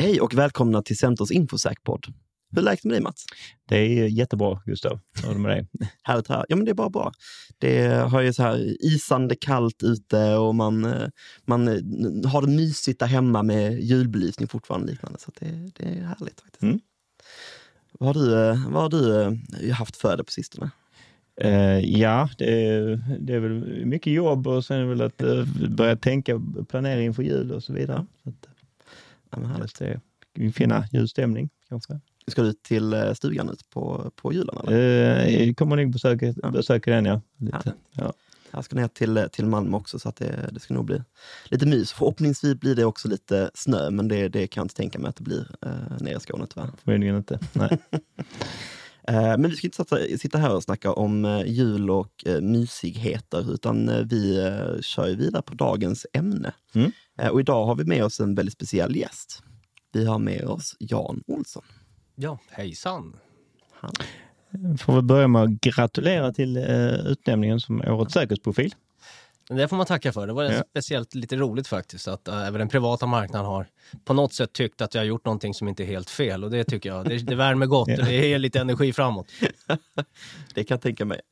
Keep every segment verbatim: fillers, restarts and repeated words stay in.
Hej och välkomna till Centers Infosäk-podd. Hur är läget med dig, Mats? Det är jättebra, Gustav. Hur är det med dig? Härligt här. Ja, men det är bara bra. Det har ju så här isande kallt ute och man, man har det mysigt där hemma med julbelysning fortfarande liknande. Så det, det är härligt faktiskt. Mm. Vad har du, vad har du haft för dig på sistone? Uh, ja, det är, det är väl mycket jobb och sen är det väl att uh, börja tänka planering för jul och så vidare. Så att, ja, men härligt. Det är finna julstämning kanske. Ska du till stugan ut på, på julen? Eller? Uh, jag kommer nog besöka, ja. besöka den, ja. Lite. ja. Jag ska ner till, till Malmö också så att det, det ska nog bli lite mys. Förhoppningsvis blir det också lite snö, men det, det kan jag inte tänka mig att det blir uh, nere i Skåne tyvärr. Förmodligen inte, nej. Men vi ska inte sitta, sitta här och snacka om jul och uh, mysigheter, utan uh, vi uh, kör ju vidare på dagens ämne. Mm. Uh, och idag har vi med oss en väldigt speciell gäst. Vi har med oss Jan Olsson. Ja, hejsan. Han. Får vi börja med att gratulera till uh, utnämningen som årets säkerhetsprofil. Det får man tacka för. Det var ja. speciellt lite roligt faktiskt att äh, även den privata marknaden har på något sätt tyckt att jag har gjort någonting som inte är helt fel. Och det tycker jag, det, det värmer gott och det ger lite energi framåt. Det kan jag tänka mig.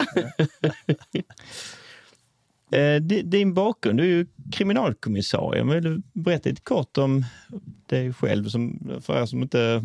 eh, din bakgrund, du är ju kriminalkommissarie. Vill du berätta lite kort om dig själv som, för er som inte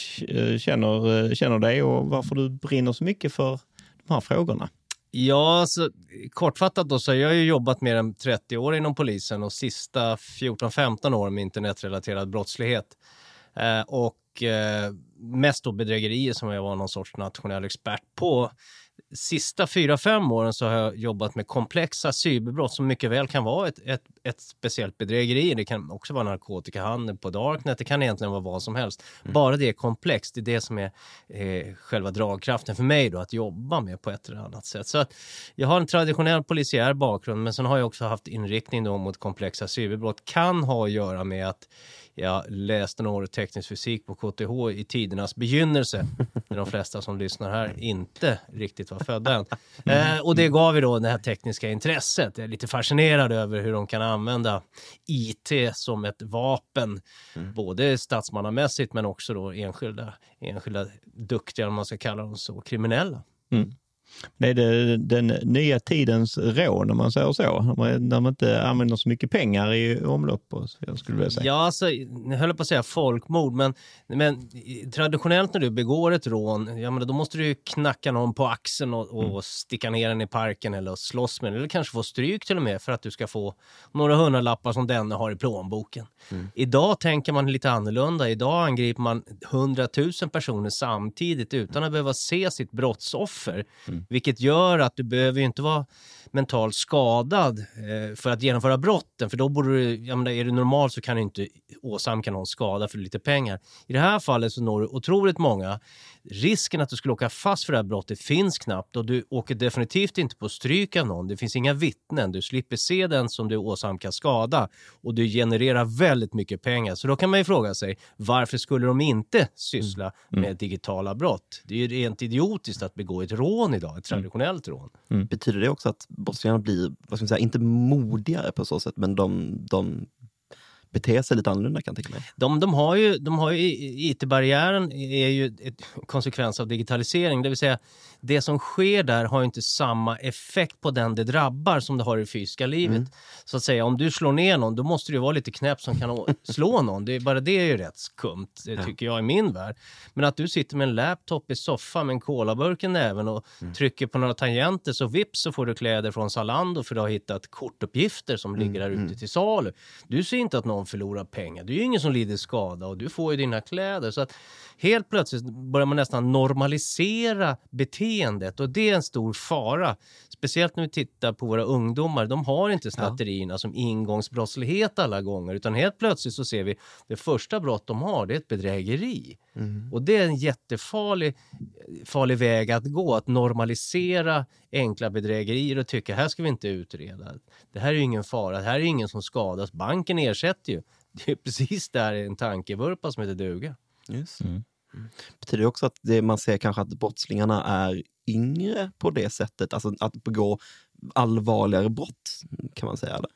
känner, känner dig och varför du brinner så mycket för de här frågorna? Ja, så kortfattat då så har jag ju jobbat mer än trettio år inom polisen och sista fjorton femton år med internetrelaterad brottslighet. Eh, och eh, mest då bedrägerier som jag var någon sorts nationell expert på. Sista fyra fem åren så har jag jobbat med komplexa cyberbrott som mycket väl kan vara ett, ett, ett speciellt bedrägeri. Det kan också vara narkotikahandel på Darknet. Det kan egentligen vara vad som helst. Mm. Bara det är komplext. Det är det som är eh, själva dragkraften för mig då att jobba med på ett eller annat sätt. Så att jag har en traditionell polisiär bakgrund, men sen har jag också haft inriktning då mot komplexa cyberbrott. Kan ha att göra med att jag läste några år teknisk fysik på K T H i tidernas begynnelse. När de flesta som lyssnar här inte riktigt var födda än. Eh, och det gav ju då det här tekniska intresset. Jag är lite fascinerad över hur de kan använda I T som ett vapen. Mm. Både statsmannamässigt men också då enskilda, enskilda duktiga, om man ska kalla dem så, kriminella. Mm. Det är det, den nya tidens rån, om man säger så. När man inte använder så mycket pengar i omlopp. Jag skulle vilja säga. Ja, alltså, jag höll på att säga folkmord. Men, men traditionellt när du begår ett rån, ja, men då måste du ju knacka någon på axeln och, och mm. sticka ner den i parken eller slåss med den. Eller kanske få stryk till och med för att du ska få några hundralappar som denne har i plånboken. Mm. Idag tänker man lite annorlunda. Idag angriper man hundratusen personer samtidigt utan att behöva se sitt brottsoffer. Mm. Vilket gör att du behöver ju inte vara mentalt skadad eh, för att genomföra brotten. För då borde du, ja, men är du normal så kan du inte åsamka någon skada för lite pengar. I det här fallet så når du otroligt många. Risken att du skulle åka fast för det här brottet finns knappt. Och du åker definitivt inte på stryk av någon. Det finns inga vittnen. Du slipper se den som du åsamkar skada. Och du genererar väldigt mycket pengar. Så då kan man ju fråga sig, varför skulle de inte syssla mm. med digitala brott? Det är ju rent idiotiskt att begå ett rån idag. Ett traditionellt rån. Mm. Betyder det också att brottslingarna blir, vad ska man säga, inte modigare på så sätt, men de, de beter sig lite annorlunda, kan jag tänka mig? De, de har ju, de har ju I T-barriären är ju ett konsekvens av digitalisering. Det vill säga, det som sker där har ju inte samma effekt på den det drabbar som det har i det fysiska livet. Mm. Så att säga, om du slår ner någon, då måste det ju vara lite knäpp som kan slå någon. Det är bara det är ju rätt skumt, det tycker jag i min värld. Men att du sitter med en laptop i soffan med en colaburk i näven och mm. trycker på några tangenter, så vips så får du kläder från Zalando för du har hittat kortuppgifter som mm. ligger där ute till salu. Du ser inte att någon förlorar pengar. Det är ju ingen som lider skada och du får ju dina kläder. Så att helt plötsligt börjar man nästan normalisera beteendet och det är en stor fara. Speciellt när vi tittar på våra ungdomar. De har inte snatterierna ja. som ingångsbrottslighet alla gånger, utan helt plötsligt så ser vi det första brott de har, det är ett bedrägeri. Mm. Och det är en jättefarlig farlig väg att gå, att normalisera enkla bedrägerier och tycka här ska vi inte utreda. Det här är ju ingen fara, det här är ingen som skadas. Banken ersätter ju. Det är precis där en tankevurpa som heter duga. Just. Mm. Mm. Betyder det också att det, man ser kanske att brottslingarna är yngre på det sättet, alltså att begå allvarligare brott, kan man säga, eller?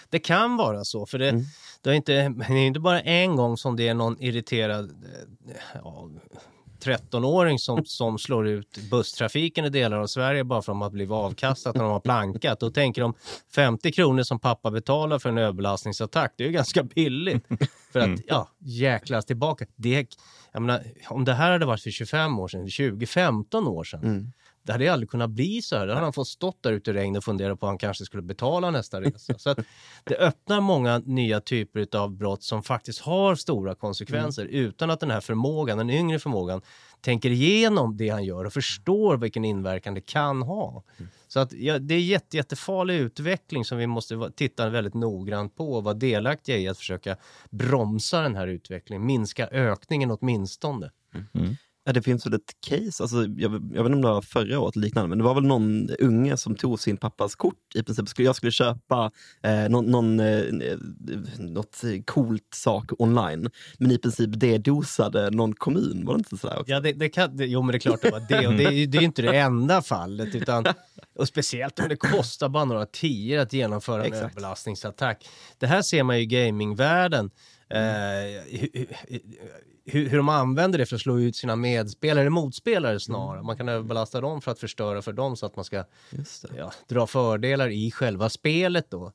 det kan vara så, för det, Mm. det, är inte, det är inte bara en gång som det är någon irriterad ja, tretton-åring som, som slår ut busstrafiken i delar av Sverige bara för att de har blivit avkastat när de har plankat. Då tänker de femtio kronor som pappa betalar för en överbelastningsattack, det är ju ganska billigt. För att, ja, jäklas tillbaka. Det, jag menar, om det här hade varit för tjugofem år sedan, tjugo femton år sedan, mm. det hade aldrig kunnat bli så här. Då hade han fått stått där ute i regn och fundera på om han kanske skulle betala nästa resa. Så att det öppnar många nya typer av brott som faktiskt har stora konsekvenser mm. utan att den här förmågan, den yngre förmågan, tänker igenom det han gör och förstår vilken inverkan det kan ha. Mm. Så att, ja, det är jätte, jättefarlig utveckling som vi måste titta väldigt noggrant på och vara delaktiga i att försöka bromsa den här utvecklingen, minska ökningen åtminstone. Mm. Mm. Ja, det finns väl ett case, alltså, jag, jag vet inte om det var förra året liknande, men det var väl någon unge som tog sin pappas kort. I princip skulle jag skulle köpa eh, någon, någon, eh, något coolt sak online, men i princip det dosade någon kommun, var det inte sådär också? Ja, det, det kan, det, jo men det är klart det var det, och det, det är ju inte det enda fallet, utan, och speciellt om det kostar bara några tior att genomföra en överbelastningsattack. Det här ser man ju i gamingvärlden. Mm. Eh, hur, hur, hur de använder det för att slå ut sina medspelare, motspelare snarare. Mm. Man kan överbelasta dem för att förstöra för dem så att man ska ja, dra fördelar i själva spelet då.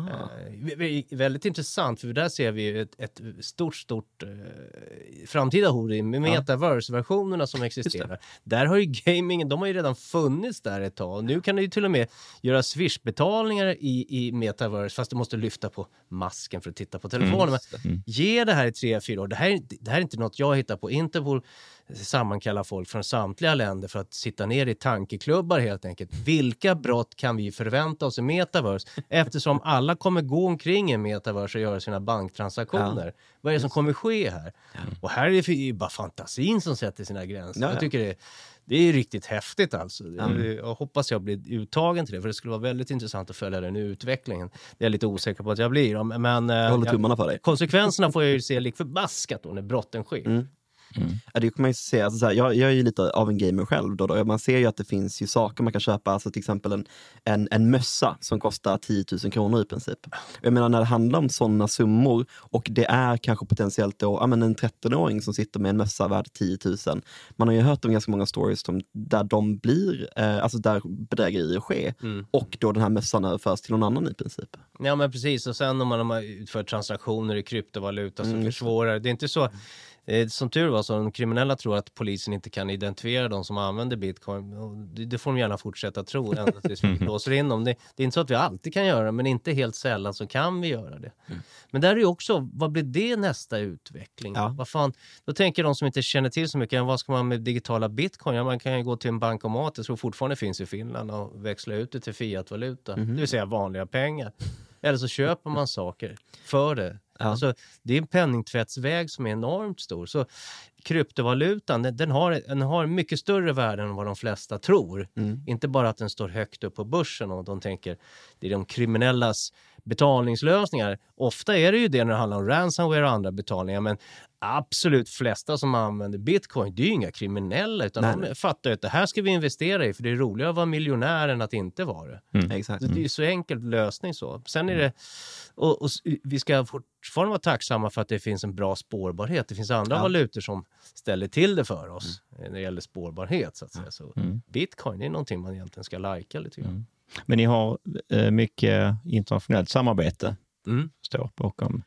Eh, väldigt intressant, för där ser vi ett, ett stort, stort eh, framtida hot i metaverse-versionerna som existerar. Där har ju gamingen, de har ju redan funnits där ett tag. Nu kan du ju till och med göra Swish-betalningar i, i metaverse, fast du måste lyfta på masken för att titta på telefonen. Mm. Mm. Ge det här i tre, fyra år. Det här, det här är inte något jag hittar på. Interpol sammankallar folk från samtliga länder för att sitta ner i tankeklubbar helt enkelt. Vilka brott kan vi förvänta oss i metaverse? Eftersom alla kommer gå omkring i metaverse och göra sina banktransaktioner. Ja. Vad är det som kommer ske här? Ja. Och här är det ju bara fantasin som sätter sina gränser. Ja, ja. Jag tycker det, det är riktigt häftigt alltså. Mm. Jag hoppas jag blir uttagen till det, för det skulle vara väldigt intressant att följa den utvecklingen. Det är jag lite osäker på att jag blir. Men jag håller tummarna för dig. Konsekvenserna får jag ju se lik förbaskat då när brotten sker. Mm. Mm. Ja, det kan man ju se, alltså, så här, jag, jag är ju lite av en gamer själv då, då. Man ser ju att det finns ju saker man kan köpa, alltså till exempel en, en, en mössa som kostar tio tusen kronor i princip. Jag menar, när det handlar om sådana summor och det är kanske potentiellt då, ja, men en tretton-åring som sitter med en mössa värd tio tusen. Man har ju hört om ganska många stories som, där de blir, eh, alltså där bedrägerier sker mm. och då den här mössan överförs till någon annan i princip. Ja, men precis, och sen om man har utfört transaktioner i kryptovaluta som mm. försvårar, det är inte så. Som tur var så de kriminella tror att polisen inte kan identifiera de som använder bitcoin. Det får de gärna fortsätta tro ända tills vi låser in dem. Det, det är inte så att vi alltid kan göra det, men inte helt sällan så kan vi göra det. Mm. Men där är ju också, vad blir det nästa utveckling? Ja. Vad fan, då tänker de som inte känner till så mycket, vad ska man med digitala bitcoin? Ja, man kan ju gå till en bankomat, jag tror fortfarande finns i Finland, och växla ut det till fiatvaluta. Mm. Det vill säga vanliga pengar. Eller så köper man saker för det. Ja. Alltså, det är en penningtvättsväg som är enormt stor. Så kryptovalutan, den, den, har, den har mycket större värde än vad de flesta tror. Mm. Inte bara att den står högt upp på börsen och de tänker det är de kriminellas betalningslösningar. Ofta är det ju det när det handlar om ransomware och andra betalningar, men absolut flesta som använder bitcoin, det är ju inga kriminella, utan nej, de nej. fattar att det här ska vi investera i, för det är roligare att vara miljonär än att inte vara det. Mm. Exakt. Så det är ju så enkelt lösning så. Sen är det, och, och vi ska fortfarande vara tacksamma för att det finns en bra spårbarhet. Det finns andra ja. valutor som ställer till det för oss mm. när det gäller spårbarhet så att säga. Så mm. bitcoin är någonting man egentligen ska lajka lite grann. Mm. Men ni har eh, mycket internationellt samarbete mm. står bakom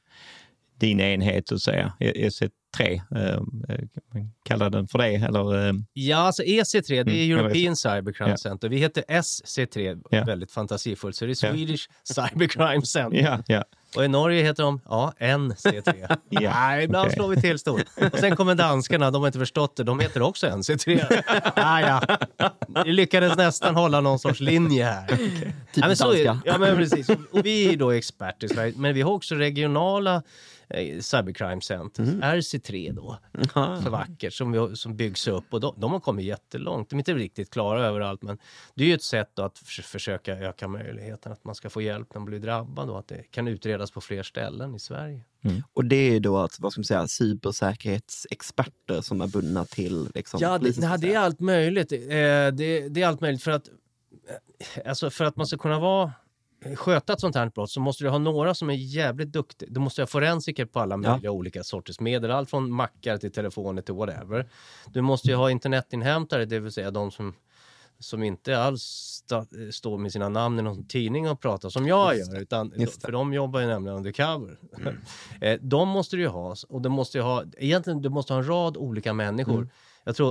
din enhet, så att säga. E C tre, eh, kallar den för det? Eller, eh... Ja, alltså E C tre, det är mm, European Cybercrime ja. Center. Vi heter S C tre, ja. väldigt fantasifullt, så det är Swedish ja. Cybercrime Center. Ja, ja. Och i Norge heter de, ja, N C tre. Ja, nej, ibland okay. slår vi till stort. Och sen kommer danskarna, de har inte förstått det, de heter också N C tre. Ja, ja. Vi lyckades nästan hålla någon sorts linje här. Okay. Typ ja, men så är, ja, men precis. Och vi är då experter i Sverige, men vi har också regionala Cybercrime Center, mm. R C tre då, mm. så vackert, som, vi, som byggs upp, och de, de har kommit jättelångt. De är inte riktigt klara överallt, men det är ju ett sätt då att för, försöka öka möjligheten att man ska få hjälp när man blir drabbad, och att det kan utredas på fler ställen i Sverige. Mm. Och det är då att, vad ska man säga, cybersäkerhetsexperter som är bundna till liksom, ja, det, nej, det är allt möjligt. Eh, det, det är allt möjligt för att, alltså för att man ska kunna vara sköta ett sånt här brott så måste du ha några som är jävligt duktiga. Du måste ha forensiker på alla möjliga ja. olika sorters medel. Allt från mackar till telefoner till whatever. Du måste ju ha internetinhämtare, det vill säga de som, som inte alls st- står med sina namn i någon tidning och pratar som jag Just gör. Utan, för de jobbar ju nämligen undercover. Mm. De måste du ju ha. Och du måste ju ha, egentligen du måste ha en rad olika människor. Mm. Jag tror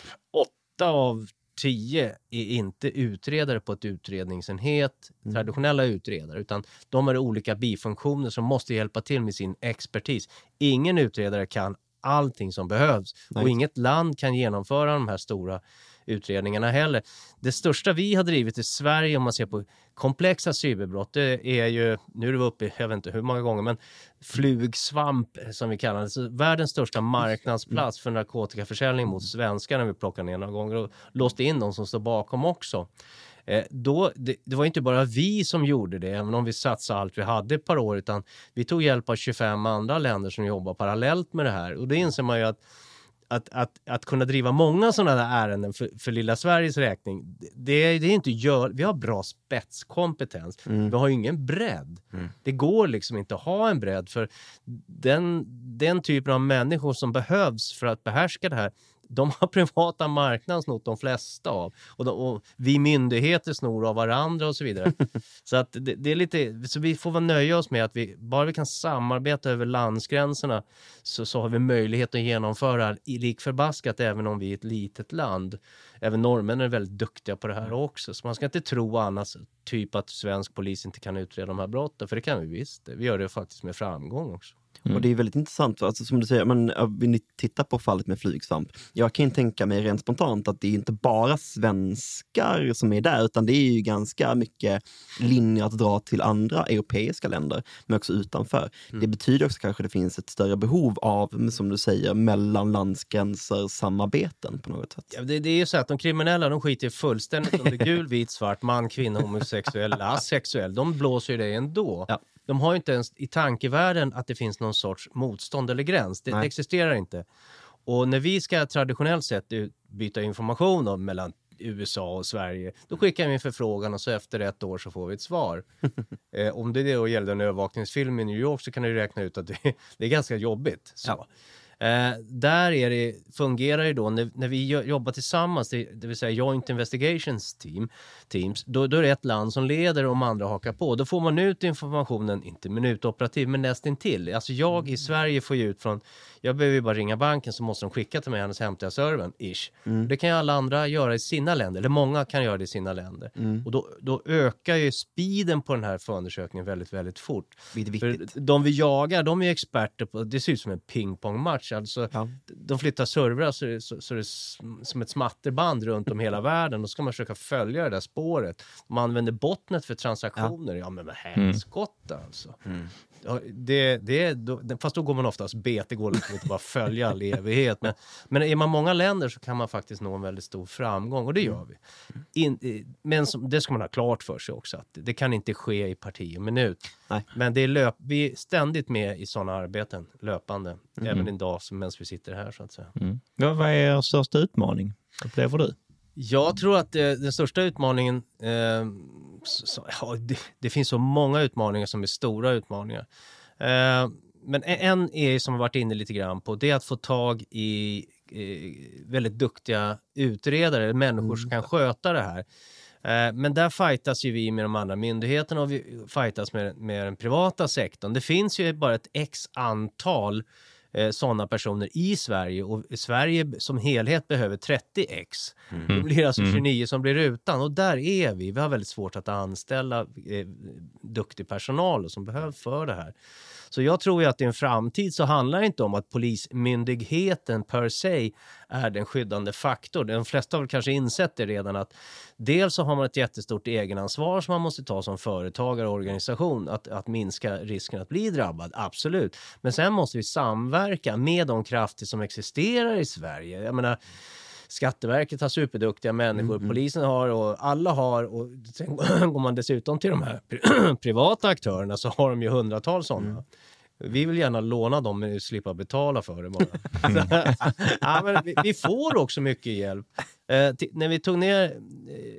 åtta av tio är inte utredare på ett utredningsenhet, mm. traditionella utredare, utan de har olika bifunktioner som måste hjälpa till med sin expertis. Ingen utredare kan allting som behövs nice. Och inget land kan genomföra de här stora utredningarna heller. Det största vi har drivit i Sverige om man ser på komplexa cyberbrott, det är ju, nu är det uppe, jag vet inte hur många gånger, men flugsvamp som vi kallar det. Så världens största marknadsplats för narkotikaförsäljning mot svenskar när vi plockar ner några gånger och låste in de som står bakom också. Eh, då, det, det var inte bara vi som gjorde det, även om vi satsade allt vi hade ett par år, utan vi tog hjälp av tjugofem andra länder som jobbar parallellt med det här. Och det inser man ju att Att, att, att kunna driva många sådana där ärenden för, för lilla Sveriges räkning, det, det är inte gör, vi har bra spetskompetens, mm. vi har ju ingen bredd. Mm. Det går liksom inte att ha en bredd, för den, den typen av människor som behövs för att behärska det här, de har privata marknaden snott de flesta av. Och, de, och vi myndigheter snor av varandra och så vidare. Så att det, det är lite, så vi får väl nöja oss med att vi, bara vi kan samarbeta över landsgränserna, så, så har vi möjlighet att genomföra i lik förbaskat, även om vi är ett litet land. Även norrmän är väldigt duktiga på det här också. Så man ska inte tro annars, typ att svensk polis inte kan utreda de här brotten. För det kan vi visst. Vi gör det faktiskt med framgång också. Mm. Och det är väldigt intressant, alltså, som du säger, men vill ni titta på fallet med flygsvamp? Jag kan ju tänka mig rent spontant att det är inte bara svenskar som är där, utan det är ju ganska mycket linjer att dra till andra europeiska länder, men också utanför. Mm. Det betyder också kanske att det finns ett större behov av, som du säger, mellanlandsgränser samarbeten på något sätt. Ja, det, det är ju så att de kriminella, de skiter fullständigt om det är gul, vit, svart, man, kvinna, homosexuell, asexuell. De blåser ju det ändå. Ja. De har ju inte ens i tankevärlden att det finns någon sorts motstånd eller gräns. Det, det existerar inte. Och när vi ska traditionellt sett byta information om, mellan U S A och Sverige, då skickar vi en förfrågan och så efter ett år så får vi ett svar. eh, om det då gäller en övervakningsfilm i New York så kan du räkna ut att det, det är ganska jobbigt. Så. Ja. Eh, där är det, fungerar det då när, när vi jobbar tillsammans, det, det vill säga Joint Investigations team, teams, då, då är det ett land som leder och de andra hakar på. Då får man ut informationen, inte minutoperativ, men nästintill. Alltså jag i Sverige får ju ut från, jag behöver ju bara ringa banken så måste de skicka till mig hennes hemliga servern, ish. Mm. Det kan ju alla andra göra i sina länder, eller många kan göra det i sina länder. Mm. Och då, då ökar ju speeden på den här förundersökningen väldigt, väldigt fort. För de vi jagar, de är experter på, det ser ut som en pingpongmatch. Alltså, ja. De flyttar servrar så, så, så det är som ett smatterband runt om hela världen. Då ska man försöka följa det där spåret. De använder botnet för transaktioner. Ja, ja men vad helskotta mm. alltså. Mm. Det, det, då, fast då går man oftast bet, det går liksom inte bara följa all evighet. Men, men är man många länder så kan man faktiskt nå en väldigt stor framgång. Och det gör vi. In, men som, det ska man ha klart för sig också. Att det kan inte ske i parti och minut. Nej. Men det är löp, vi är ständigt med i sådana arbeten, löpande. Mm. Även idag medan vi sitter här så att säga. Mm. Ja, vad är er största utmaning? Vad upplever du? Jag tror att det, den största utmaningen, eh, så, ja, det, det finns så många utmaningar som är stora utmaningar. Eh, men en är som jag varit inne lite grann på, det är att få tag i eh, väldigt duktiga utredare, människor mm. som kan sköta det här. Eh, men där fightas ju vi med de andra myndigheterna och vi fightas med, med den privata sektorn. Det finns ju bara ett x antal sådana personer i Sverige, och Sverige som helhet behöver trettio ex. Mm. Det blir alltså tjugonio mm. som blir utan, och där är vi. Vi har väldigt svårt att anställa eh, duktig personal och som behövs för det här. Så jag tror ju att i en framtid så handlar det inte om att polismyndigheten per se är den skyddande faktor. De flesta har väl kanske insett det redan, att dels så har man ett jättestort egenansvar som man måste ta som företagare och organisation att, att minska risken att bli drabbad, absolut. Men sen måste vi samverka med de krafter som existerar i Sverige. Jag menar, Skatteverket har superduktiga människor, mm, polisen har och alla har, och sen går man dessutom till de här privata aktörerna så har de ju hundratals sådana. Mm. Vi vill gärna låna dem men slippa betala för det bara. ja, men vi, vi får också mycket hjälp. Eh, t- när vi tog ner eh,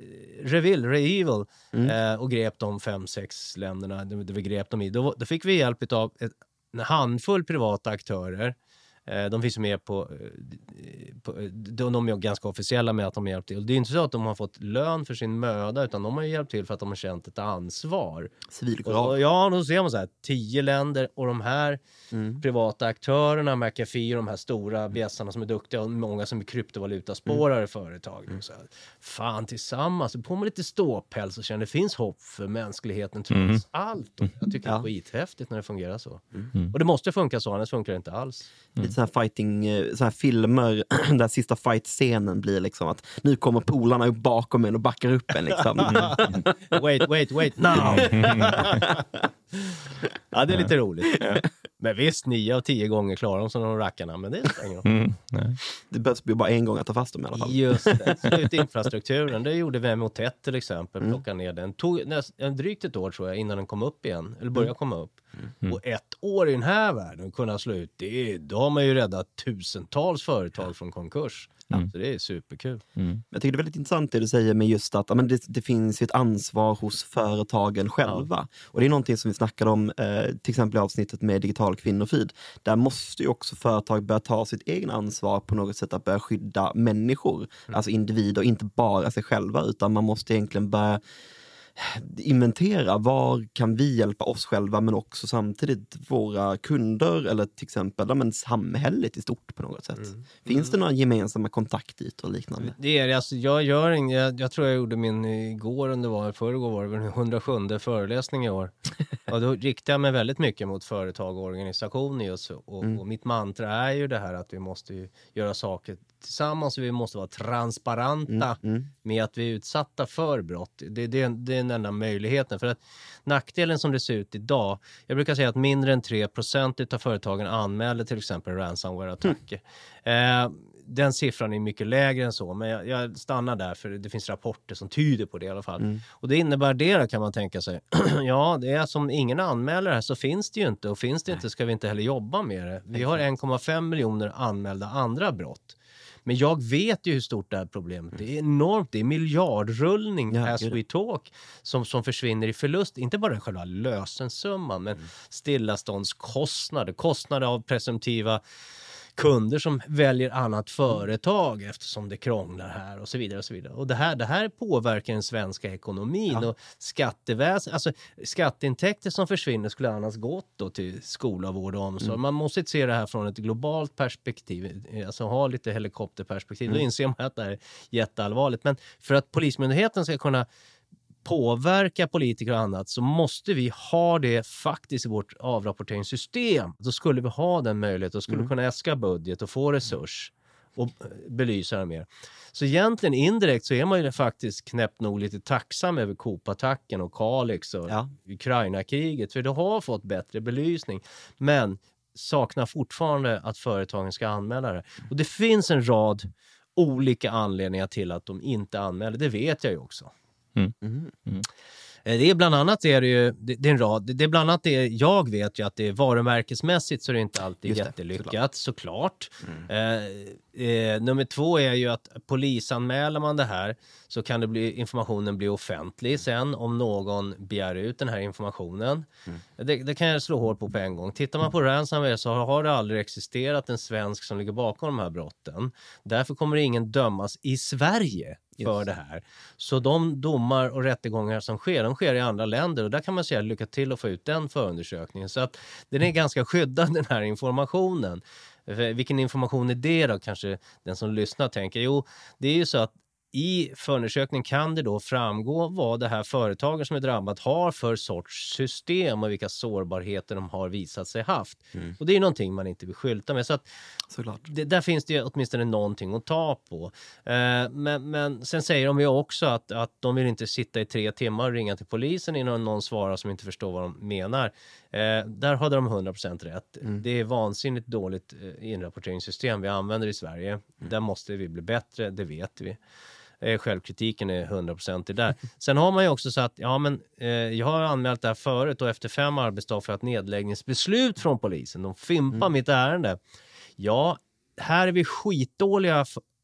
Revil, Reevil Mm. eh, och grep de fem, sex länderna där vi grep dem i. Då, då fick vi hjälp av ett, en handfull privata aktörer. Eh, de finns med på, eh, på de, de är ganska officiella med att de har hjälpt till. Det är inte så att de har fått lön för sin möda, utan de har hjälpt till för att de har känt ett ansvar. Civilkurage. Och, och ja, då ser man så här, tio länder och de här Mm. privata aktörerna, McAfee och de här stora bjässarna som är duktiga och många som är kryptovalutaspårare i företag. Mm. Så här, fan, tillsammans, på med lite ståpäls och känner det finns hopp för mänskligheten trots Mm. allt. Och jag tycker Ja. det är skithäftigt när det fungerar så. Mm. Och det måste funka så, annars funkar det inte alls. Lite så här fighting, eh, så här filmer, där sista fight-scenen blir liksom att nu kommer polarna upp bakom en och backar upp en liksom. Wait, wait, wait, now! Ja, det är lite roligt. Men visst, nio av tio gånger klarar de som de rackarna, men det är inte längre. Mm. Nej. Det behövs ju bara en gång att ta fast dem i alla fall. Just det, slå ut infrastrukturen. Det gjorde vi med Motet till exempel, Mm. plocka ner den. Tog näst, en drygt ett år tror jag innan den kom upp igen, eller började komma upp. Mm. Och ett år i den här världen kunna slå ut, det är, då har man ju räddat tusentals företag från konkurs. Mm. Så det är superkul. Mm. Jag tycker det är väldigt intressant det du säger med just att ja, men det, det finns ju ett ansvar hos företagen själva. Och det är någonting som vi snackade om eh, till exempel i avsnittet med digital kvinnofrid. Där måste ju också företag börja ta sitt egna ansvar på något sätt att börja skydda människor. Mm. Alltså individer, inte bara sig själva, utan man måste egentligen börja inventera var kan vi hjälpa oss själva men också samtidigt våra kunder eller till exempel ja, men samhället i stort på något sätt. Mm. Finns det några gemensamma kontaktytor och liknande? Det är det, alltså jag gör en, jag, jag tror jag gjorde min igår under var, förrgår var det väl hundrasjunde föreläsning i år. Och då riktade jag mig väldigt mycket mot företag och organisationer just, och, Mm. och mitt mantra är ju det här att vi måste ju göra saker tillsammans och vi måste vara transparenta Mm, mm. med att vi är utsatta för brott. Det, det, det är den enda möjligheten. För att nackdelen som det ser ut idag, jag brukar säga att mindre än tre procent av företagen anmäler till exempel ransomware-attacker. Mm. Eh, den siffran är mycket lägre än så, men jag, jag stannar där för det finns rapporter som tyder på det i alla fall. Mm. Och det innebär det då, kan man tänka sig. Ja, det är som ingen anmäler här så finns det ju inte, och finns det inte ska vi inte heller jobba med det. Vi har en komma fem miljoner anmälda andra brott. Men jag vet ju hur stort det här problemet är. Det är enormt, det är miljardrullning Ja, as gud. we talk som, som försvinner i förlust. Inte bara själva lösensumman, men Mm. stillaståndskostnader, kostnader av presumtiva kunder som väljer annat företag eftersom det krånglar här och så vidare och så vidare. Och det här, det här påverkar den svenska ekonomin Ja. och skatteväsen, alltså skatteintäkter som försvinner skulle annars gått då till skola, vård och omsorg. Mm. Man måste se det här från ett globalt perspektiv, alltså ha lite helikopterperspektiv. Mm. Då inser man att det här är jätteallvarligt. Men för att polismyndigheten ska kunna påverka politiker och annat så måste vi ha det faktiskt i vårt avrapporteringssystem. Då skulle vi ha den möjligheten och skulle Mm. kunna äska budget och få resurs och belysa det mer. Så egentligen indirekt så är man ju faktiskt knäppt nog lite tacksam över Coop-attacken och Kalix och Ja. Ukraina-kriget, för det har fått bättre belysning. Men saknar fortfarande att företagen ska anmäla det. Och det finns en rad olika anledningar till att de inte anmäler. Det vet jag ju också. Mm. Det är bland annat är det ju, det, det är en rad, det är bland annat det jag vet ju att det är varumärkesmässigt så är det inte alltid Just det, jättelyckat såklart. Eh, eh, nummer två är ju att polisanmäler man det här så kan det bli, informationen bli offentlig sen om någon begär ut den här informationen. Mm. Det, det kan jag slå hål på på en gång. Tittar man på ransomware så har det aldrig existerat en svensk som ligger bakom de här brotten. Därför kommer ingen dömas i Sverige för Just. det här. Så de domar och rättegångar som sker, de sker i andra länder och där kan man säga lycka till att få ut den förundersökningen. Så att den är ganska skyddad den här informationen. Vilken information är det då? Kanske den som lyssnar tänker. Jo, det är ju så att i förundersökningen kan det då framgå vad det här företaget som är drabbat har för sorts system och vilka sårbarheter de har visat sig haft. Mm. Och det är någonting man inte vill skylta med. Så att Såklart. det, där finns det ju åtminstone någonting att ta på. Eh, men, men sen säger de ju också att, att de vill inte sitta i tre timmar och ringa till polisen innan någon svarar som inte förstår vad de menar. Eh, där hade de hundra procent rätt. Mm. Det är vansinnigt dåligt eh, inrapporteringssystem vi använder i Sverige. Mm. Där måste vi bli bättre, det vet vi. Eh, självkritiken är hundra procent i där. Sen har man ju också sagt, ja men eh, jag har anmält det här förut och efter fem arbetsdagar för att nedläggningsbeslut från polisen. De fimpar Mm. mitt ärende. Ja, här är vi skitdåliga f-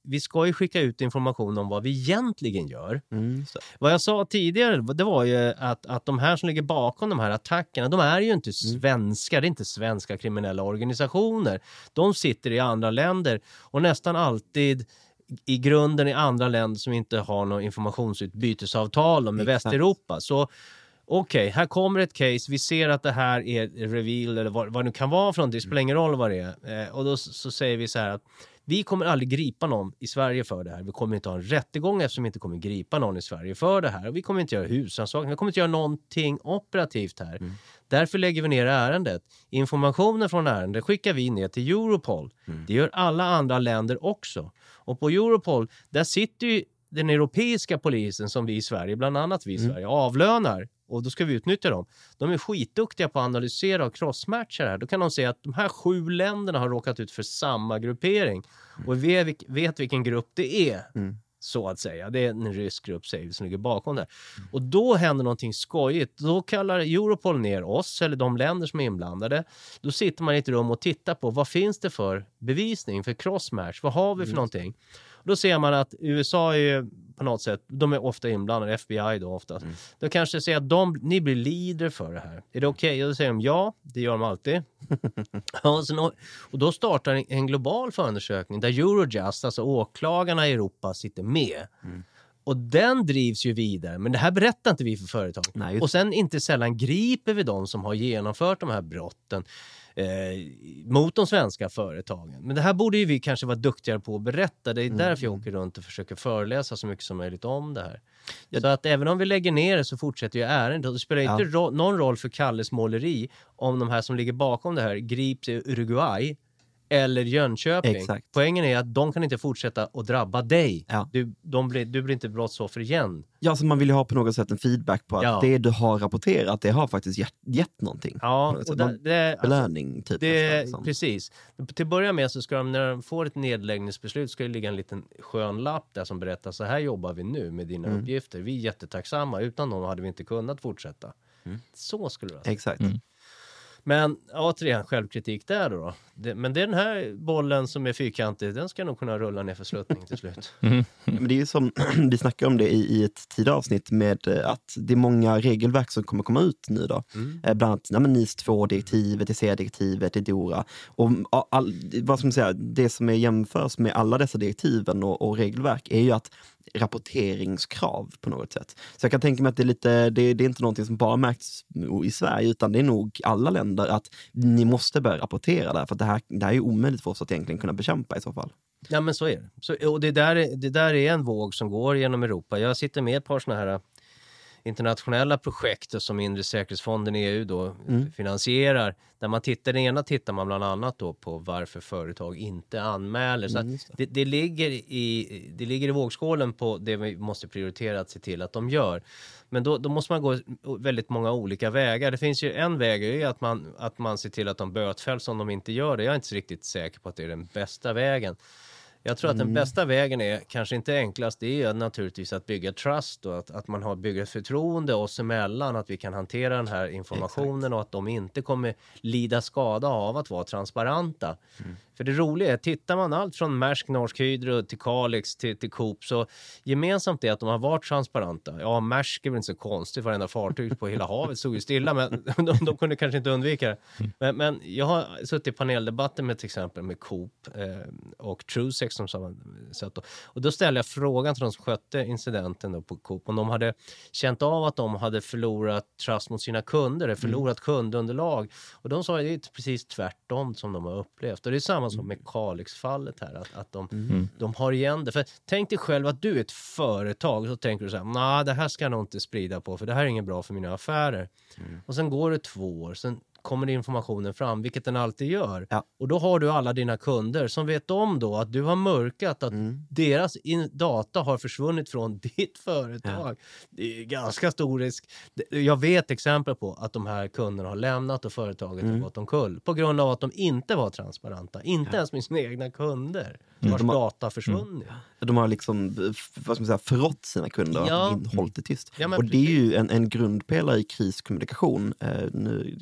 vi ska ju skicka ut information om vad vi egentligen gör. Mm, så. Vad jag sa tidigare, det var ju att, att de här som ligger bakom de här attackerna, de är ju inte svenskar, det är inte svenska kriminella organisationer. De sitter i andra länder och nästan alltid i grunden i andra länder som inte har något informationsutbytesavtal med Exakt. Västeuropa. Så okej, okay, här kommer ett case, vi ser att det här är reveal eller vad, vad det kan vara för något, det spelar ingen roll vad det är. Eh, och då så, så säger vi så här att vi kommer aldrig gripa någon i Sverige för det här. Vi kommer inte ha en rättegång eftersom vi inte kommer gripa någon i Sverige för det här. Och vi kommer inte göra husrannsakan, vi kommer inte göra någonting operativt här. Mm. Därför lägger vi ner ärendet. Informationen från ärendet skickar vi ner till Europol. Mm. Det gör alla andra länder också. Och på Europol, där sitter ju den europeiska polisen som vi i Sverige, bland annat vi i Sverige, mm. avlönar. Och då ska vi utnyttja dem. De är skitduktiga på att analysera och crossmatcha det här. Då kan de säga att de här sju länderna har råkat ut för samma gruppering. Mm. Och vi vet, vet vilken grupp det är. Mm. Så att säga. Det är en rysk grupp säger vi, som ligger bakom det. Mm. Och då händer någonting skojigt. Då kallar Europol ner oss eller de länder som är inblandade. Då sitter man i ett rum och tittar på vad finns det för bevisning för crossmatch. Vad har vi för mm. någonting? Då ser man att U S A är ju på något sätt, de är ofta inblandade, F B I då oftast. Mm. Då kanske säger att de, ni blir leader för det här. Är det okej? Okay? Och då säger de ja, det gör de alltid. och, sen, och då startar en, en global förundersökning där Eurojust, alltså åklagarna i Europa, sitter med. Mm. Och den drivs ju vidare, men det här berättar inte vi för företag. Nej, och sen inte sällan griper vi de som har genomfört de här brotten eh, mot de svenska företagen. Men det här borde ju vi kanske vara duktigare på att berätta. Det är mm. därför jag åker runt och försöker föreläsa så mycket som möjligt om det här. Ja. Så att även om vi lägger ner det så fortsätter ju ärendet. Det spelar ja. inte ro- någon roll för Kalles måleri om de här som ligger bakom det här grips i Uruguay eller Jönköping. Exakt. Poängen är att de kan inte fortsätta att drabba dig. Ja. Du, de blir, du blir inte brottsoffer igen. Ja, så man vill ju ha på något sätt en feedback på att ja. det du har rapporterat, det har faktiskt gett, gett någonting. Ja, och det, det, belöning typ. Det, nästan, liksom. Precis. Till att börja med så ska de, när de får ett nedläggningsbeslut, ska det ligga en liten skön lapp där som berättar så här jobbar vi nu med dina mm. uppgifter. Vi är jättetacksamma. Utan dem hade vi inte kunnat fortsätta. Mm. Så skulle det vara. Exakt. Mm. Men återigen, självkritik där då. då. Det, men det är den här bollen som är fyrkantig, den ska nog kunna rulla ner för sluttning till slut. Mm. Men det är ju som, vi snackade om det i, i ett tidigare avsnitt med att det är många regelverk som kommer komma ut nu då. Mm. Eh, bland annat ja, N I S två-direktivet, E C-direktivet, Edora. Och all, vad ska man säga, det som är jämförs med alla dessa direktiven och, och regelverk är ju att rapporteringskrav på något sätt. Så jag kan tänka mig att det är lite, det, det är inte någonting som bara märks i Sverige, utan det är nog alla länder att ni måste börja rapportera där, för att det här, det här är omöjligt för oss att egentligen kunna bekämpa i så fall. Ja, men så är det. Så, och det där, det där är en våg som går genom Europa. Jag sitter med ett par såna här internationella projekt som Inre säkerhetsfonden E U då mm. finansierar. Där man tittar, den ena tittar man bland annat då på varför företag inte anmäler. Så mm, det. Det, det, ligger i, det ligger i vågskålen på det vi måste prioritera att se till att de gör. Men då, då måste man gå väldigt många olika vägar. Det finns ju en väg är att man, att man ser till att de bötfälls om de inte gör det. Jag är inte så riktigt säker på att det är den bästa vägen. Jag tror att den bästa vägen är, kanske inte enklast, det är naturligtvis att bygga trust och att, att man har byggt förtroende oss emellan, att vi kan hantera den här informationen. Exakt. Och att de inte kommer lida skada av att vara transparenta. Mm. För det roliga är, tittar man allt från Maersk, Norsk Hydro till Kalix till, till Coop, så gemensamt är att de har varit transparenta. Ja, Maersk är väl inte så konstigt, varenda fartyg på hela havet såg ju stilla, men de, de kunde kanske inte undvika det. Men, men jag har suttit i paneldebatter med till exempel med Coop eh, och Trusex som samma sätt. Och då ställde jag frågan till de som skötte incidenten då på Coop, om de hade känt av att de hade förlorat trust mot sina kunder, förlorat mm. kundunderlag. Och de sa att det är precis tvärtom som de har upplevt. Och det är samma som med Kalix-fallet här, att, att de, mm. de har igen det. För tänk dig själv att du är ett företag, så tänker du så här, nej, det här ska jag nog inte sprida på, för det här är inget bra för mina affärer. Mm. Och sen går det två år, sen kommer informationen fram, vilket den alltid gör. Ja. Och då har du alla dina kunder som vet om då att du har mörkat att mm. deras in- data har försvunnit från ditt företag. Ja. Det är ganska stor risk. Jag vet exempel på att de här kunderna har lämnat och företaget mm. har gått omkull på grund av att de inte var transparenta. Inte ja. ens med sina egna kunder. Mm. Vars har, data försvunnit. Mm. De har liksom, vad ska man säga, förrått sina kunder ja. och hållit det tyst. Ja, och det är ju en, en grundpelare i kriskommunikation. Uh, nu, det här,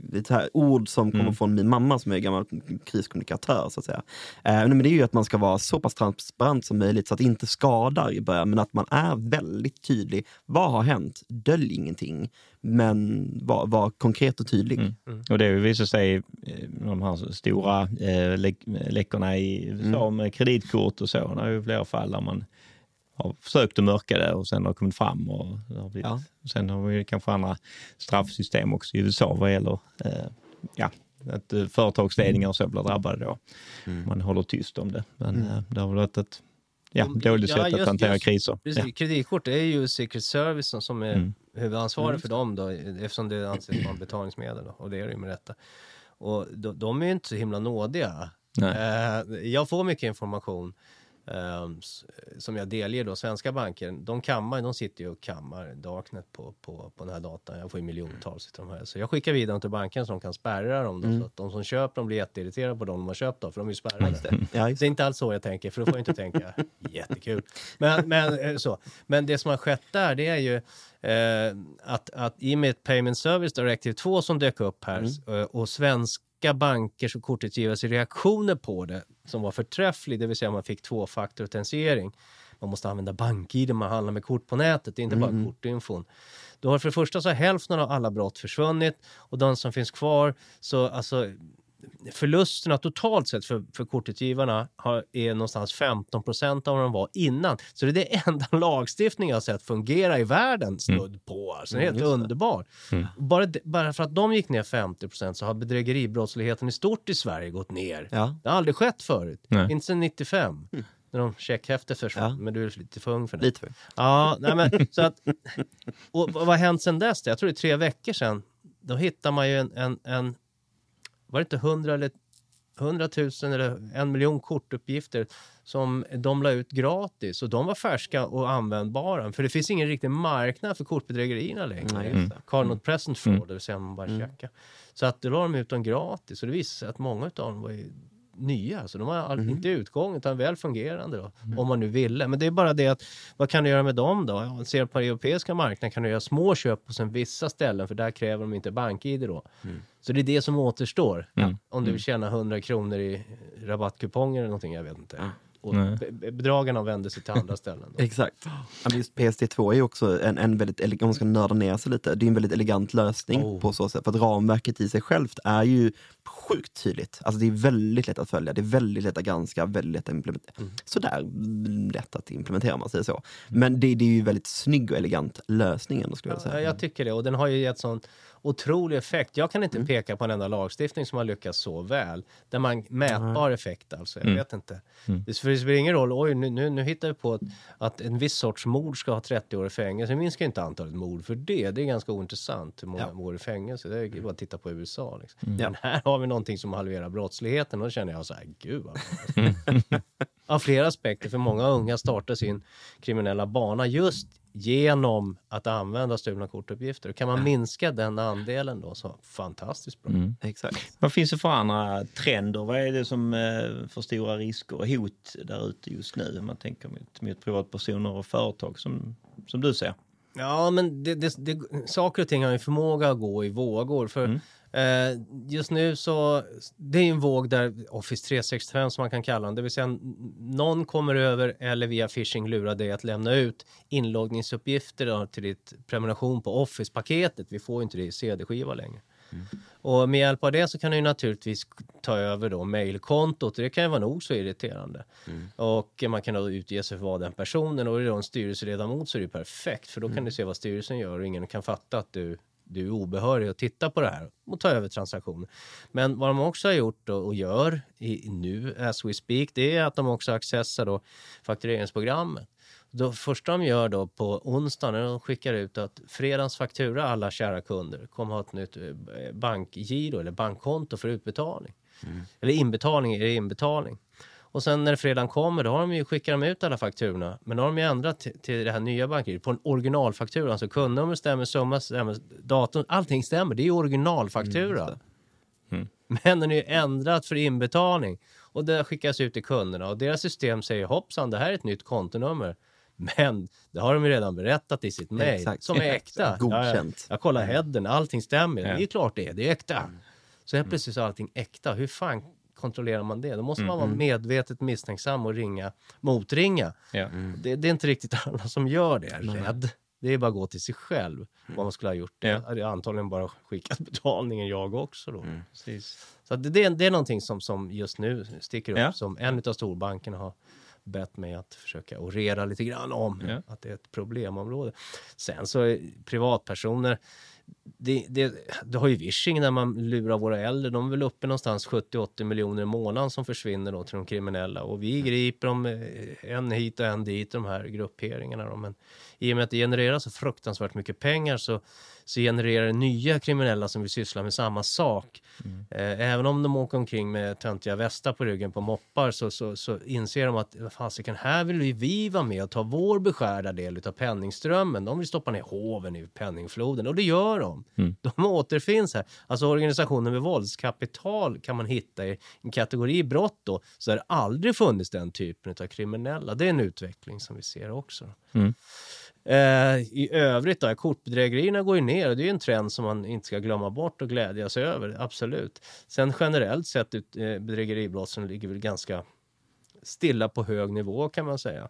ord som kommer Mm. från min mamma som är gammal kriskommunikatör så att säga. Eh, men det är ju att man ska vara så pass transparent som möjligt så att det inte skadar i början, men att man är väldigt tydlig. Vad har hänt? Dölj ingenting, men var, var konkret och tydlig. Mm. Mm. Och det visar sig eh, de här stora eh, lä- läckorna i U S A mm. med kreditkort och så. Det är ju flera fall där man har försökt att mörka det och sen har kommit fram. Och det har blivit, ja. Sen har vi kanske andra straffsystem också i U S A vad gäller eh, ja, att eh, företagsledningar och så blir drabbade då. Mm. Man håller tyst om det. Men mm. eh, det har varit ett ja, dåligt ja, sätt just, att hantera just, kriser. Precis, ja. Kreditkort är ju Secret Service som, som är mm. huvudansvarig mm. för dem då, eftersom det anses vara betalningsmedel då, och det är det med rätta. Och de, de är ju inte så himla nådiga. Eh, jag får mycket information Um, som jag delger då svenska banker. De kammar, de sitter ju och kammar darknet på, på, på den här datan. Jag får ju miljontals av de här. Så jag skickar vidare dem till banken så de kan spärra dem då, mm. så att de som köper dem blir jätteirriterade på dem de har köpt då, för de är ju spärrade. Mm. Ja, det är inte alls så jag tänker, för då får jag inte tänka jättekul. Men, men, så. men det som har skett där, det är ju eh, att, att i och med Payment Service Directive två som dök upp här mm. och svenska bankers och kortutgivares reaktioner på det som var förträfflig, det vill säga man fick tvåfaktorautentisering. Man måste använda bank-I D, man handlar med kort på nätet, det är inte mm. bara kortinfon. Då har för det första så har hälften av alla brott försvunnit och de som finns kvar, så alltså förlusterna totalt sett för, för kortutgivarna har, är någonstans femton procent av vad de var innan. Så det är det enda lagstiftning jag har sett fungera i världen snudd mm. på. Alltså det är helt mm, underbart. Mm. Bara, bara för att de gick ner femtio procent så har bedrägeribrottsligheten i stort i Sverige gått ner. Ja. Det har aldrig skett förut. Nej. Inte sedan nittiofem. Mm. När de checkhäfter försvann. Ja. Men du är lite för ung för det. Lite för. Ja, nej men så att, och vad har hänt sedan dess? Jag tror det är tre veckor sedan. Då hittar man ju en, en, en var det inte hundra eller hundratusen eller en miljon kortuppgifter som de la ut gratis, och de var färska och användbara, för det finns ingen riktig marknad för kortbedrägerierna längre. Mm. Card not present fraud, mm. det vill säga man bara mm. checka. Så att då la de ut dem gratis, och det visade att många av dem var ju nya, så de var mm. inte utgång utan väl fungerande då, mm. om man nu ville. Men det är bara det att, vad kan du göra med dem då? Om man ser på den europeiska marknaden kan du göra små köp på sen vissa ställen, för där kräver de inte bank-I D då. Mm. Så det är det som återstår. Mm. Om du vill tjäna hundra kronor i rabattkuponger eller någonting, jag vet inte. Mm. Och bedragarna vänder sig till andra ställen. Då. Exakt. Just P S D två är ju också en, en väldigt, om man ska nörda ner sig lite, det är en väldigt elegant lösning oh. på så sätt. För att ramverket i sig självt är ju sjukt tydligt. Alltså det är väldigt lätt att följa, det är väldigt lätt att granska, väldigt lätt att implementera. Mm. Sådär lätt att implementera, man säger så. Men det, det är ju väldigt snygg och elegant lösning ändå, skulle jag säga. Ja, jag tycker det, och den har ju gett sån otrolig effekt. Jag kan inte mm. peka på en enda lagstiftning som har lyckats så väl. Där man mätbar mm. effekt alltså. Jag mm. vet inte. Mm. Det spelar ingen roll. Oj, nu, nu, nu hittar vi på att, att en viss sorts mord ska ha trettio år i fängelse. Jag minskar inte antalet mord för det. Det är ganska ointressant hur många ja. år i fängelse. Det är bara att titta på U S A. Liksom. Mm. Men här har vi någonting som halverar brottsligheten. Och då känner jag så här, gud vad av flera aspekter. För många unga startar sin kriminella bana just genom att använda stulna kortuppgifter. Kan man ja. minska den andelen då, så fantastiskt bra. Mm. Exakt. Vad finns det för andra trender? Vad är det som eh, för stora risker och hot där ute just nu? Om man tänker mot, mot privatpersoner och företag som, som du ser. Ja, men det, det, det, saker och ting har ju förmåga att gå i vågor. För mm. eh, just nu så, det är en våg där Office tre sextiofem som man kan kalla den. Det vill säga någon kommer över eller via phishing lurar dig att lämna ut inloggningsuppgifter då, till ditt prenumeration på Office-paketet. Vi får ju inte det i C D-skiva längre. Mm. Och med hjälp av det så kan du naturligtvis ta över då mailkontot. Det kan ju vara nog så irriterande. Mm. Och man kan då utge sig för vad den personen, och är det då en styrelseledamot så är det perfekt. För då kan mm. du se vad styrelsen gör och ingen kan fatta att du, du är obehörig att titta på det här och ta över transaktioner. Men vad de också har gjort då, och gör i, nu as we speak, det är att de också accessar då faktureringsprogrammet. Det första de gör då på onsdagen när de skickar ut att fredagens faktura alla kära kunder kommer ha ett nytt bankgiro eller bankkonto för utbetalning. Mm. Eller inbetalning är det inbetalning. Och sen när fredagen kommer då har de ju, skickar de ut alla fakturorna. Men då har de ju ändrat till, till det här nya bankgirot på en originalfaktura. Alltså kundnummer stämmer, summa stämmer, datum, allting stämmer. Det är ju originalfaktura. Mm, mm. Men den är ju ändrat för inbetalning. Och det skickas ut till kunderna. Och deras system säger hoppsan, det här är ett nytt kontonummer. Men det har de ju redan berättat i sitt mejl som är äkta. Godkänt. Jag, jag, jag kollar headen, allting stämmer. Ja. Det är klart det är, det är äkta. Mm. Så helt plötsligt är allting äkta. Hur fan kontrollerar man det? Då måste man Mm. vara medvetet misstänksam och ringa, motringa. Ja. Mm. Det, det är inte riktigt alla som gör det. Rädd. Det är bara att gå till sig själv. Vad man skulle ha gjort. Ja. Jag hade antagligen bara skickat betalningen jag också då. Mm. Precis. Så att det, det, är, det är någonting som, som just nu sticker upp. Ja. Som en av storbankerna har bett mig att försöka orera lite grann om. Ja. Att det är ett problemområde. Sen så är privatpersoner. Det, det, det har ju Wishing när man lurar våra äldre. De är väl uppe någonstans sjuttio till åttio miljoner i månaden som försvinner då till de kriminella. Och vi griper dem eh, en hit och en dit, de här grupperingarna. Då. Men i och med att det genererar så fruktansvärt mycket pengar så, så genererar det nya kriminella som vill syssla med samma sak. Mm. Eh, även om de åker omkring med töntiga västar på ryggen på moppar så, så, så inser de att vad fasiken, här vill vi, vi vara med och ta vår beskärda del av penningströmmen. De vill stoppa ner hoven i penningfloden och det gör de. Mm. De återfinns här. Alltså organisationen med våldskapital kan man hitta i en kategori brott då, så har det aldrig funnits den typen av kriminella. Det är en utveckling som vi ser också. Mm. Eh, I övrigt då, kortbedrägerierna går ju ner och det är en trend som man inte ska glömma bort och glädjas över, absolut. Sen generellt sett ut eh, bedrägeribrott som ligger väl ganska stilla på hög nivå kan man säga.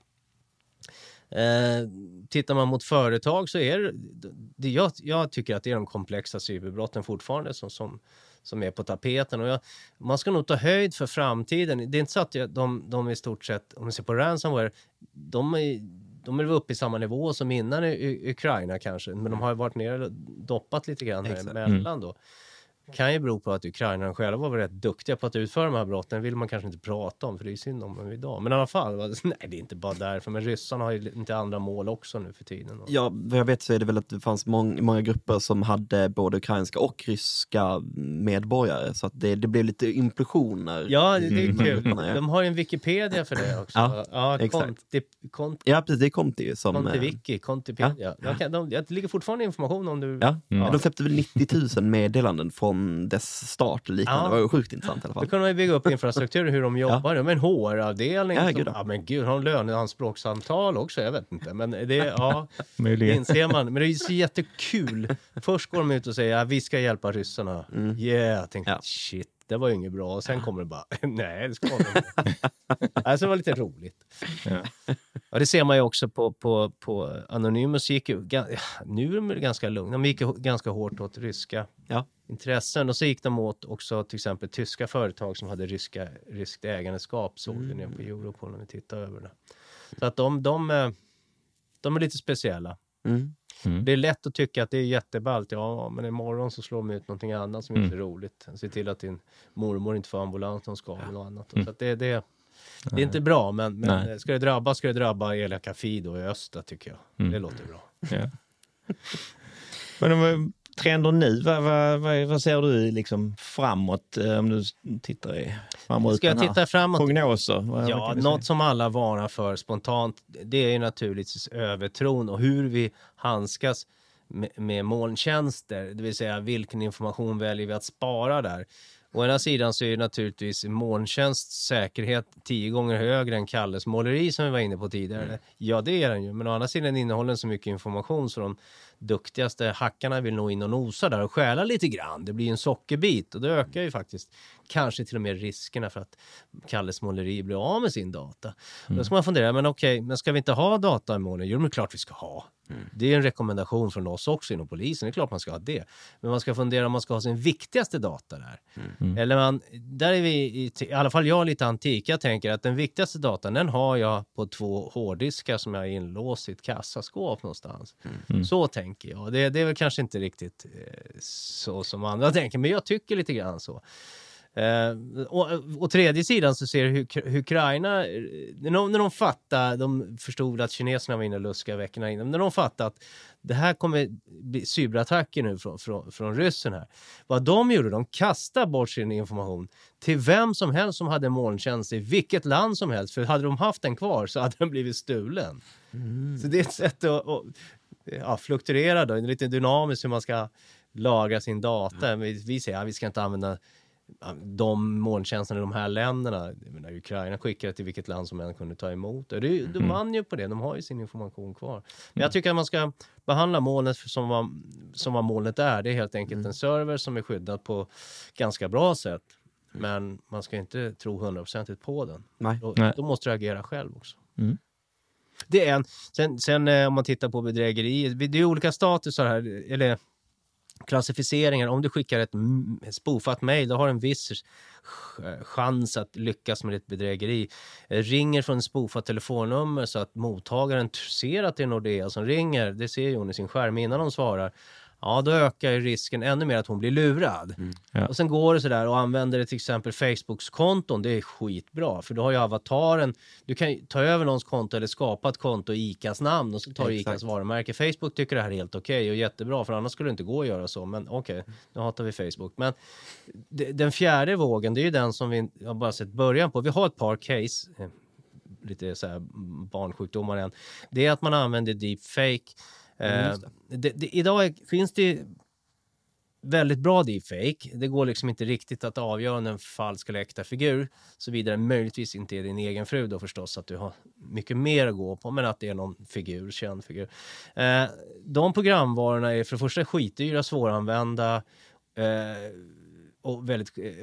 Eh, tittar man mot företag så är det, det jag, jag tycker att det är de komplexa cyberbrotten fortfarande som, som, som är på tapeten och jag, man ska nog ta höjd för framtiden. Det är inte så att jag, de, de i stort sett, om man ser på ransomware, de är de är uppe i samma nivå som innan i, i Ukraina kanske, men de har varit nere och doppat lite grann här emellan då. Kan ju bero på att Ukraina själva var rätt duktiga på att utföra de här brotten. Vill man kanske inte prata om, för det är synd om dem idag. Men i alla fall, nej det är inte bara därför. Men ryssarna har ju inte andra mål också nu för tiden. Ja, vad jag vet så är det väl att det fanns mång, många grupper som hade både ukrainska och ryska medborgare. Så att det, det blev lite implosioner. Ja, det, det är kul. Mm. De har ju en Wikipedia för det också. Ja, ja exakt. Konti, konti, Ja, precis. Det kom till ju som... Kontiviki, Kontipedia. Ja. Jag kan, de, det ligger fortfarande information om du... Ja, Mm. de släppte väl nittio tusen meddelanden från dess start och liknande. Ja. Det var ju sjukt intressant i alla Då fall. kunde man ju bygga upp infrastrukturen hur de jobbar. De är en H R-avdelning. Ja, som, gud, ja. ja, men gud, har de löneanspråkssamtal också? Jag vet inte. Men det, ja, det Möjligen. inser man. Men det är så jättekul. Först går de ut och säger, ja, vi ska hjälpa ryssarna. Mm. Yeah, jag tänkte, Ja. shit, det var ju inget bra. Och sen kommer det bara, nej, det ska de inte. Alltså, det var lite roligt. Ja. Ja, det ser man ju också på, på, på Anonymous. Gick ju, ja, nu är de ganska lugna. De gick ju ganska hårt åt ryska Ja. intressen. Och så gick de åt också till exempel tyska företag som hade ryska, ryskt ägandeskap. Såg vi ner på Europol när vi tittade över det. Så att de, de, eh, de är lite speciella. Mm. Mm. Det är lätt att tycka att det är jätteballt. Ja, men imorgon så slår de ut någonting annat som Mm. inte är roligt. Se till att din mormor inte får ambulans när hon ska eller något annat. Mm. Så att det, det, det är inte bra, men, men Nej. ska det drabba ska det drabba Elaka Fido i öster tycker jag. Mm. Det låter bra. Ja. Men de trender nu, vad, vad, vad, vad ser du liksom framåt eh, om du tittar i framåt? Ska jag titta framåt? Prognoser? Vad, Ja, vad kan vi något säga? som alla varnar för spontant, det är ju naturligtvis övertron och hur vi handskas med, med molntjänster. Det vill säga vilken information väljer vi att spara där. Å ena sidan så är ju naturligtvis molntjänst säkerhet tio gånger högre än Kalles måleri som vi var inne på tidigare. Mm. Ja, det är den ju. Men å andra sidan innehåller den så mycket information så de duktigaste hackarna vill nå in och nosa där och stjäla lite grann. Det blir ju en sockerbit och det ökar ju faktiskt kanske till och med riskerna för att Kalles måleri blir av med sin data. Mm. Då ska man fundera, men okej, men ska vi inte ha data i molnet? Jo, men det är klart vi ska ha. Mm. Det är en rekommendation från oss också inom polisen. Det är klart man ska ha det. Men man ska fundera om man ska ha sin viktigaste data där. Mm. Eller man, där är vi, i, i alla fall jag lite antik. Jag tänker att den viktigaste datan, den har jag på två hårddiskar som jag är inlåst i ett kassaskåp någonstans. Mm. Så tänker jag. Det, det är väl kanske inte riktigt eh, så som andra tänker, men jag tycker lite grann så. Uh, och, och tredje sidan så ser hur, hur Ukraina när de, när de fattar, de förstod att kineserna var inne och luska veckorna innan, när de fattar att det här kommer bli cyberattacker nu från, från, från ryssen här. Vad de gjorde, de kastade bort sin information till vem som helst som hade molntjänst i vilket land som helst, för hade de haft den kvar så hade den blivit stulen. Mm. Så det är ett sätt att, att ja, fluktuera då, lite dynamiskt hur man ska lagra sin data. Mm. Vi, vi säger att ja, vi ska inte använda de molntjänsterna i de här länderna, när Ukraina skickade till vilket land som än kunde ta emot det. det de vann ju på det, de har ju sin information kvar. Men jag tycker att man ska behandla molnet som vad, som vad molnet är. Det är helt enkelt mm. en server som är skyddad på ganska bra sätt. Men man ska inte tro hundraprocentigt på den. Nej. Då, Nej. då måste du agera själv också. Mm. Det är en, sen, sen om man tittar på bedrägeri, det är olika statusar här, eller klassificeringar. Om du skickar ett spoofat mejl, då har en viss chans att lyckas med ditt bedrägeri. Ringer från en spoofat telefonnummer så att mottagaren ser att det är Nordea som ringer. Det ser ju hon i sin skärm innan de svarar. Ja, då ökar ju risken ännu mer att hon blir lurad. Mm. Ja. Och sen går det sådär och använder det till exempel Facebooks konton. Det är skitbra, för då har ju avataren. Du kan ta över någons konto eller skapa ett konto i ICAs namn och så tar du ICAs varumärke. Facebook tycker det här är helt okej okay och jättebra, för annars skulle det inte gå att göra så. Men okej, okay, nu hatar vi Facebook. Men d- den fjärde vågen, det är ju den som vi har bara sett början på. Vi har ett par case, lite så här barnsjukdomar än. Det är att man använder deepfake. Mm, det. Det, det, idag finns det väldigt bra deepfake. Det går liksom inte riktigt att avgöra en falsk eller äkta figur, så vidare möjligtvis inte är din egen fru då förstås, att du har mycket mer att gå på, men att det är någon figur, känd figur. Eh, de programvarorna är för det första skitdyra, svåranvända eh, och väldigt eh,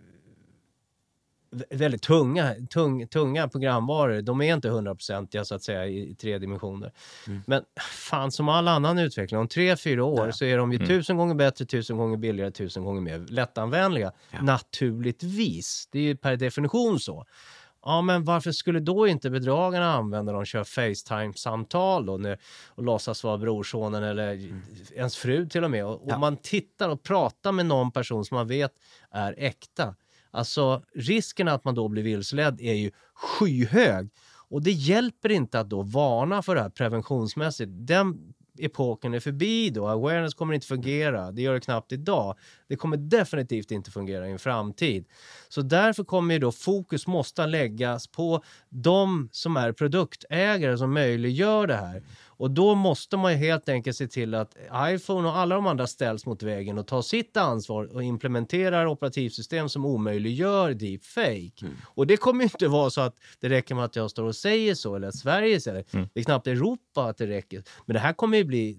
väldigt tunga, tung, tunga programvaror. De är inte hundraprocentiga så att säga i tre dimensioner. Mm. Men fan, som all annan utveckling, om tre, fyra år ja. så är de ju mm. tusen gånger bättre, tusen gånger billigare, tusen gånger mer lättanvänliga. Ja. Naturligtvis. Det är ju per definition så. Ja, men varför skulle då inte bedragarna använda dem och köra FaceTime-samtal då, när, och låtsas vara brorsonen eller mm. ens fru till och med. Och, ja. och man tittar och pratar med någon person som man vet är äkta. Alltså risken att man då blir vilseledd är ju skyhög. Och det hjälper inte att då varna för det här preventionsmässigt. Den epoken är förbi då. Awareness kommer inte fungera. Det gör det knappt idag. Det kommer definitivt inte fungera i en framtid. Så därför kommer ju då fokus måste läggas på de som är produktägare som möjliggör det här. Och då måste man ju helt enkelt se till att iPhone och alla de andra ställs mot vägen och tar sitt ansvar och implementerar operativsystem som omöjliggör deepfake. Mm. Och det kommer ju inte vara så att det räcker med att jag står och säger så, eller att Sverige säger mm. det är knappt Europa att det räcker. Men det här kommer ju bli,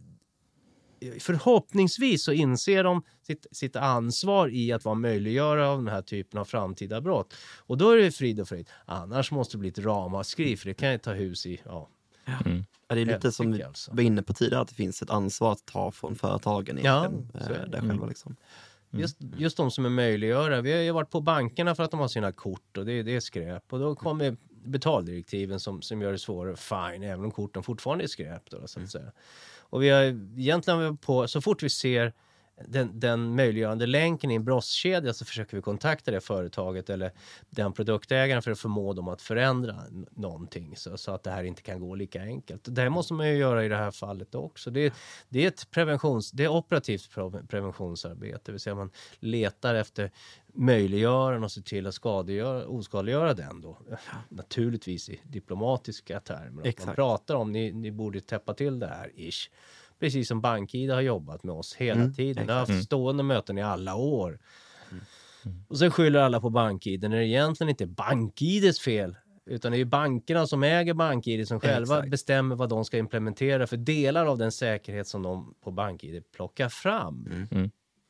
förhoppningsvis så inser de sitt, sitt ansvar i att vara möjliggöra av den här typen av framtida brott. Och då är det frid och frid. Annars måste det bli ett ramaskri, för det kan ju ta hus i, ja. Mm. Ja, det är lite som vi alltså. var inne på tidigare, att det finns ett ansvar att ta från företagen. Ja, så är det. Där själva liksom. Mm. Just, just de som är möjliggöra. Vi har ju varit på bankerna för att de har sina kort och det, det är skräp. Och då kommer betaldirektiven som, som gör det svårare. Fine, även om korten fortfarande är skräp då, så att säga. Och vi har egentligen på, så fort vi ser den, den möjliggörande länken i en brottskedja, så försöker vi kontakta det företaget eller den produktägaren för att förmå dem att förändra n- någonting så, så att det här inte kan gå lika enkelt. Det måste man ju göra i det här fallet också. Det är, det är ett preventions, det är operativt pre- preventionsarbete, det vill säga man letar efter möjliggören och ser till att skadegöra, oskadliggöra den då. Naturligtvis i diplomatiska termer. Att man pratar om, ni, ni borde täppa till det här, ish. Precis som BankID har jobbat med oss hela mm, tiden. Jag har haft stående möten i alla år. Mm. Mm. Och sen skyller alla på BankID när det egentligen inte är BankIDs fel. Utan det är ju bankerna som äger BankID som själva Exakt. bestämmer vad de ska implementera för delar av den säkerhet som de på BankID plockar fram. Mm. Mm.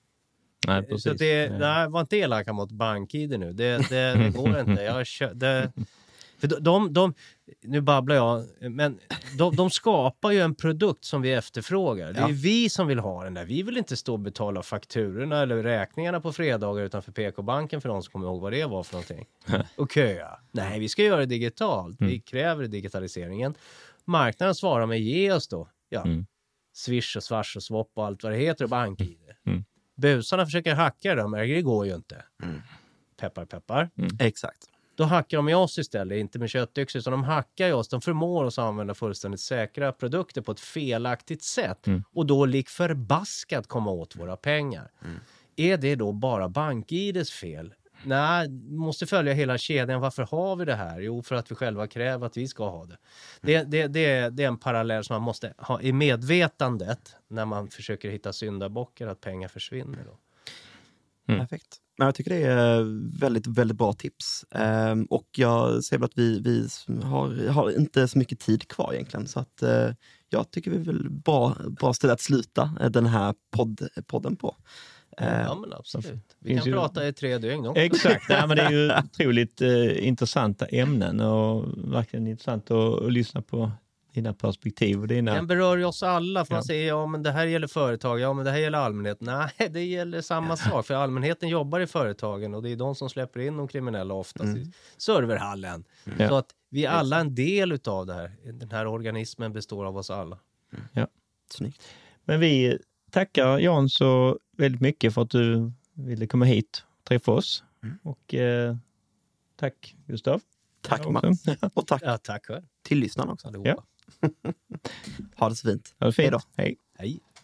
Nej, precis. Så det nej, var inte elaka mot BankID nu. Det, det, det går inte. Jag kör, det, för de, de, de, nu babblar jag, men de, de skapar ju en produkt som vi efterfrågar. Det är ja. vi som vill ha den där. Vi vill inte stå och betala fakturorna eller räkningarna på fredagar utanför P K-banken för de som kommer ihåg vad det var för någonting. Och köa. Nej, vi ska göra det digitalt. Vi kräver digitaliseringen. Marknaden svarar med ge oss då. Ja. Mm. Swish och Swash och Swap och allt vad det heter och BankID. Mm. Busarna försöker hacka det, men det går ju inte. Mm. Peppar, peppar. Mm. Exakt. Då hackar de i oss istället, inte med köttyxor, utan de hackar i oss. De förmår oss att använda fullständigt säkra produkter på ett felaktigt sätt. Mm. Och då lik förbaskat komma åt våra pengar. Mm. Är det då bara BankIDs fel? Nej, måste följa hela kedjan. Varför har vi det här? Jo, för att vi själva kräver att vi ska ha det. Det, det, det, är, det är en parallell som man måste ha i medvetandet när man försöker hitta syndabockar att pengar försvinner. Då. Mm. Perfekt. men jag tycker det är väldigt, väldigt bra tips. Um, och jag ser väl att vi, vi har, har inte så mycket tid kvar egentligen. Så att uh, jag tycker vi är väl bra, bra ställe att sluta den här podd, podden på. Ja, men absolut. Vi finns kan ju... prata i tre dygn också. Exakt, ja, men det är ju otroligt eh, intressanta ämnen och verkligen intressant att, att lyssna på dina perspektiv. Och dina... Den berör ju oss alla, för Ja. man säger ja men det här gäller företag, ja men det här gäller allmänhet. Nej, det gäller samma sak, för allmänheten jobbar i företagen och det är de som släpper in de kriminella oftast Mm. i serverhallen. Ja. Så att vi är alla en del utav det här. Den här organismen består av oss alla. Ja. Snyggt. Men vi tackar Jan så väldigt mycket för att du ville komma hit och träffa oss. Mm. Och eh, tack Gustav. Tack Ja, Mats. Och tack Ja, tack själv. till lyssnarna också. Allihopa. Ja. Ha det så fint. Ha det fint. Hej då. Hej. Hej.